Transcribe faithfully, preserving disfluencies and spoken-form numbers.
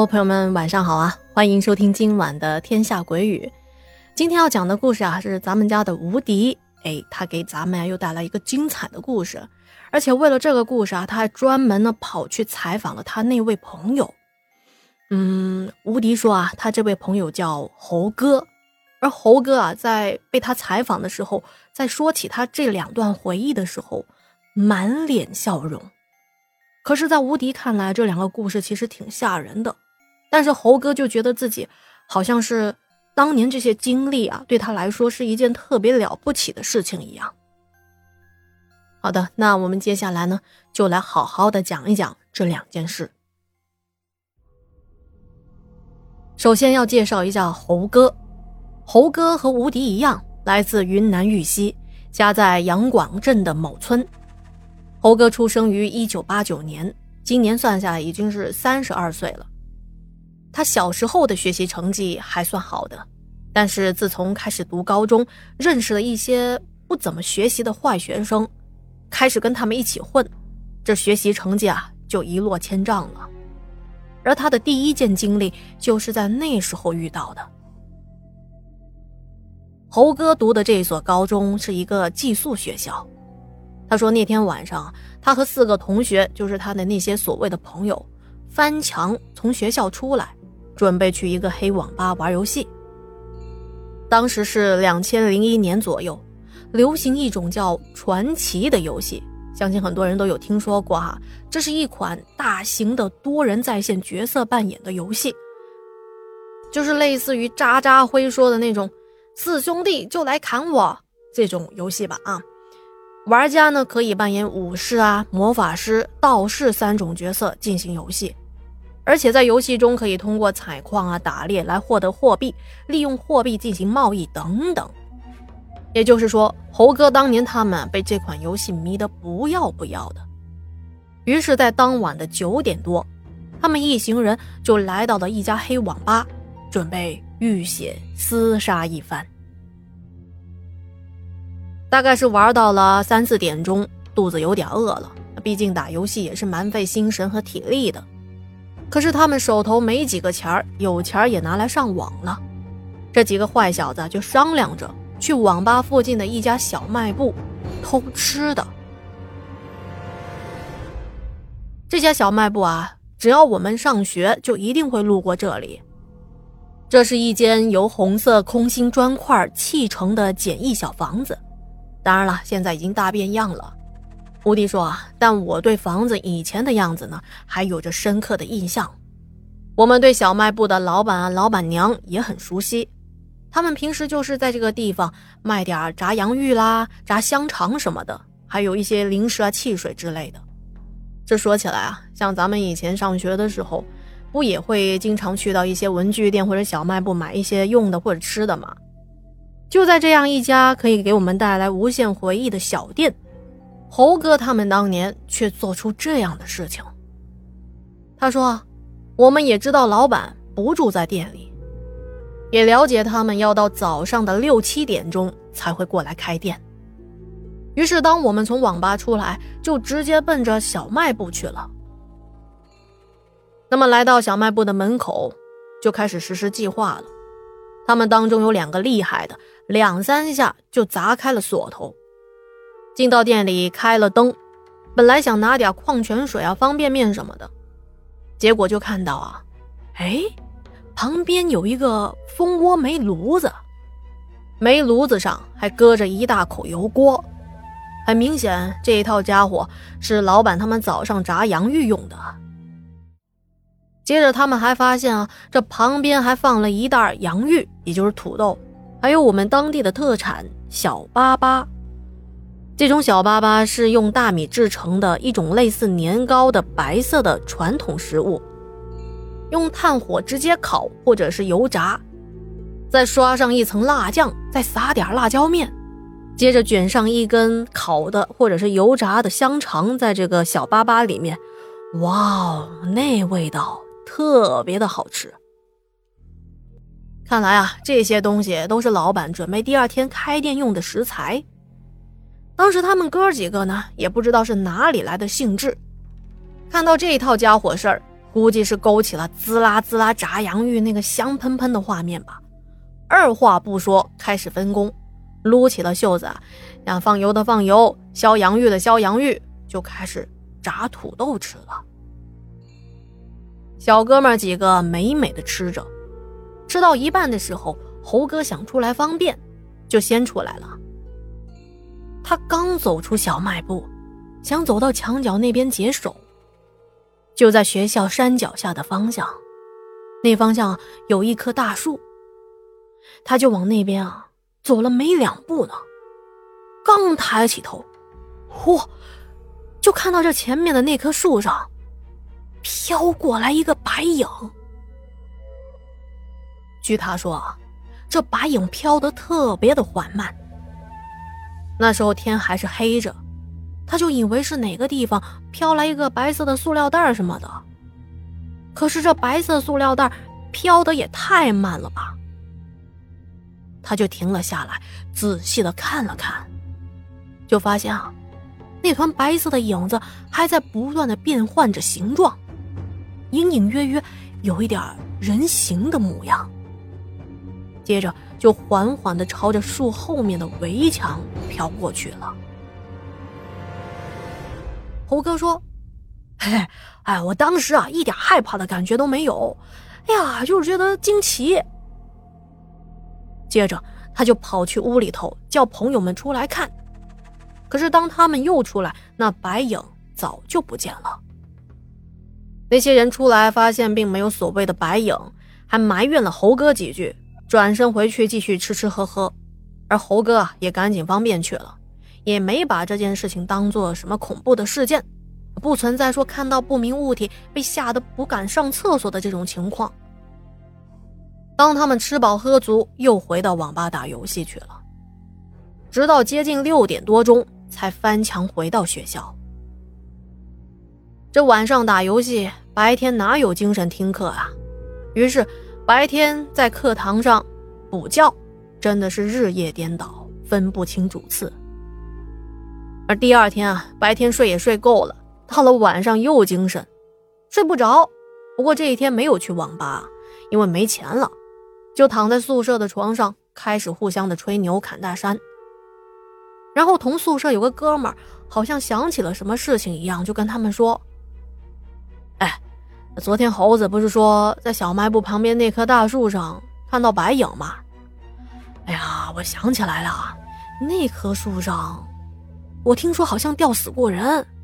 Hello， 朋友们，晚上好啊！欢迎收听今晚的天下鬼语。今天要讲的故事啊，是咱们家的无敌，哎，他给咱们又带来一个精彩的故事，而且为了这个故事啊，他还专门呢跑去采访了他那位朋友。嗯，无敌说啊，他这位朋友叫猴哥，而猴哥啊，在被他采访的时候，在说起他这两段回忆的时候，满脸笑容。可是在无敌看来，这两个故事其实挺吓人的，但是猴哥就觉得自己好像是当年这些经历啊，对他来说是一件特别了不起的事情一样。好的，那我们接下来呢，就来好好的讲一讲这两件事。首先要介绍一下猴哥。猴哥和无敌一样，来自云南玉溪，家在杨广镇的某村。猴哥出生于一九八九年，今年算下来已经是三十二岁了。他小时候的学习成绩还算好的，但是自从开始读高中，认识了一些不怎么学习的坏学生，开始跟他们一起混，这学习成绩啊就一落千丈了。而他的第一件经历就是在那时候遇到的。猴哥读的这所高中是一个寄宿学校。他说那天晚上，他和四个同学，就是他的那些所谓的朋友，翻墙从学校出来，准备去一个黑网吧玩游戏。当时是两千零一年左右，流行一种叫传奇的游戏，相信很多人都有听说过哈。这是一款大型的多人在线角色扮演的游戏，就是类似于渣渣辉说的那种四兄弟就来砍我这种游戏吧啊。玩家呢可以扮演武士啊、魔法师、道士三种角色进行游戏，而且在游戏中可以通过采矿啊、打猎来获得货币，利用货币进行贸易等等。也就是说，猴哥当年他们被这款游戏迷得不要不要的。于是在当晚的九点多，他们一行人就来到了一家黑网吧，准备浴血厮杀一番。大概是玩到了三四点钟，肚子有点饿了，毕竟打游戏也是蛮费心神和体力的。可是他们手头没几个钱，有钱也拿来上网了。这几个坏小子就商量着去网吧附近的一家小卖部偷吃的。这家小卖部啊，只要我们上学就一定会路过这里。这是一间由红色空心砖块砌成的简易小房子，当然了，现在已经大变样了。无敌说啊，但我对房子以前的样子呢，还有着深刻的印象。我们对小卖部的老板啊、老板娘也很熟悉，他们平时就是在这个地方卖点炸洋芋啦、炸香肠什么的，还有一些零食啊、汽水之类的。这说起来啊，像咱们以前上学的时候，不也会经常去到一些文具店或者小卖部买一些用的或者吃的吗？就在这样一家可以给我们带来无限回忆的小店，猴哥他们当年却做出这样的事情。他说，我们也知道老板不住在店里，也了解他们要到早上的六七点钟才会过来开店。于是当我们从网吧出来，就直接奔着小卖部去了。那么来到小卖部的门口，就开始实施计划了。他们当中有两个厉害的，两三下就砸开了锁头，进到店里开了灯，本来想拿点矿泉水啊、方便面什么的，结果就看到啊，哎，旁边有一个蜂窝煤炉子，煤炉子上还搁着一大口油锅，很明显这一套家伙是老板他们早上炸洋芋用的。接着他们还发现啊，这旁边还放了一袋洋芋，也就是土豆，还有我们当地的特产小粑粑。这种小粑粑是用大米制成的一种类似年糕的白色的传统食物，用炭火直接烤或者是油炸，再刷上一层辣酱，再撒点辣椒面，接着卷上一根烤的或者是油炸的香肠在这个小粑粑里面，哇，那味道特别的好吃。看来啊，这些东西都是老板准备第二天开店用的食材。当时他们哥几个呢，也不知道是哪里来的兴致，看到这套家伙事儿， 估计是勾起了滋啦滋啦炸洋芋那个香喷喷的画面吧。二话不说，开始分工，撸起了袖子，让放油的放油，削洋芋的削洋芋，就开始炸土豆吃了。小哥们几个美美的吃着，吃到一半的时候，猴哥想出来方便，就先出来了。他刚走出小卖部，想走到墙角那边解手，就在学校山脚下的方向，那方向有一棵大树，他就往那边啊走了没两步呢，刚抬起头，嚯，就看到这前面的那棵树上飘过来一个白影。据他说啊，这白影飘得特别的缓慢。那时候天还是黑着，他就以为是哪个地方飘来一个白色的塑料袋什么的。可是这白色塑料袋飘得也太慢了吧。他就停了下来，仔细地看了看，就发现啊，那团白色的影子还在不断地变换着形状，隐隐约约有一点人形的模样。接着就缓缓地朝着树后面的围墙飘过去了。猴哥说：嘿，哎，我当时啊一点害怕的感觉都没有，哎呀，就是觉得惊奇。接着他就跑去屋里头叫朋友们出来看，可是当他们又出来，那白影早就不见了。那些人出来发现并没有所谓的白影，还埋怨了猴哥几句，转身回去继续吃吃喝喝。而猴哥啊也赶紧方便去了，也没把这件事情当作什么恐怖的事件，不存在说看到不明物体被吓得不敢上厕所的这种情况。当他们吃饱喝足，又回到网吧打游戏去了，直到接近六点多钟才翻墙回到学校。这晚上打游戏，白天哪有精神听课啊？于是白天在课堂上补觉，真的是日夜颠倒，分不清主次。而第二天啊，白天睡也睡够了，到了晚上又精神，睡不着。不过这一天没有去网吧，因为没钱了，就躺在宿舍的床上开始互相的吹牛侃大山。然后同宿舍有个哥们儿好像想起了什么事情一样，就跟他们说：哎，昨天猴子不是说在小卖部旁边那棵大树上看到白影吗？哎呀，我想起来了，那棵树上我听说好像吊死过人。